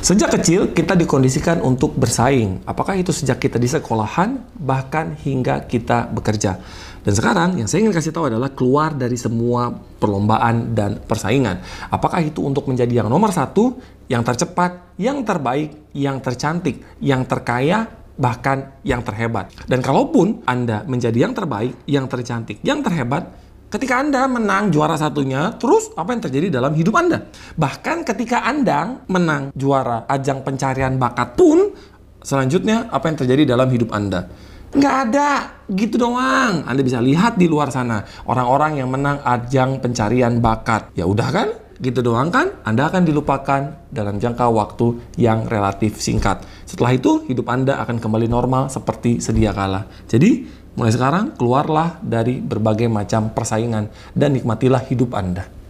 Sejak kecil, kita dikondisikan untuk bersaing. Apakah itu sejak kita di sekolahan, bahkan hingga kita bekerja. Dan sekarang, yang saya ingin kasih tahu adalah keluar dari semua perlombaan dan persaingan. Apakah itu untuk menjadi yang nomor satu, yang tercepat, yang terbaik, yang tercantik, yang terkaya, bahkan yang terhebat. Dan kalaupun Anda menjadi yang terbaik, yang tercantik, yang terhebat, ketika Anda menang juara satunya, terus apa yang terjadi dalam hidup Anda? Bahkan ketika Anda menang juara ajang pencarian bakat pun, selanjutnya apa yang terjadi dalam hidup Anda? Nggak ada, gitu doang. Anda bisa lihat di luar sana, orang-orang yang menang ajang pencarian bakat. Ya udah kan? Gitu doang kan? Anda akan dilupakan dalam jangka waktu yang relatif singkat. Setelah itu, hidup Anda akan kembali normal seperti sedia kala. Jadi, mulai sekarang, keluarlah dari berbagai macam persaingan dan nikmatilah hidup Anda.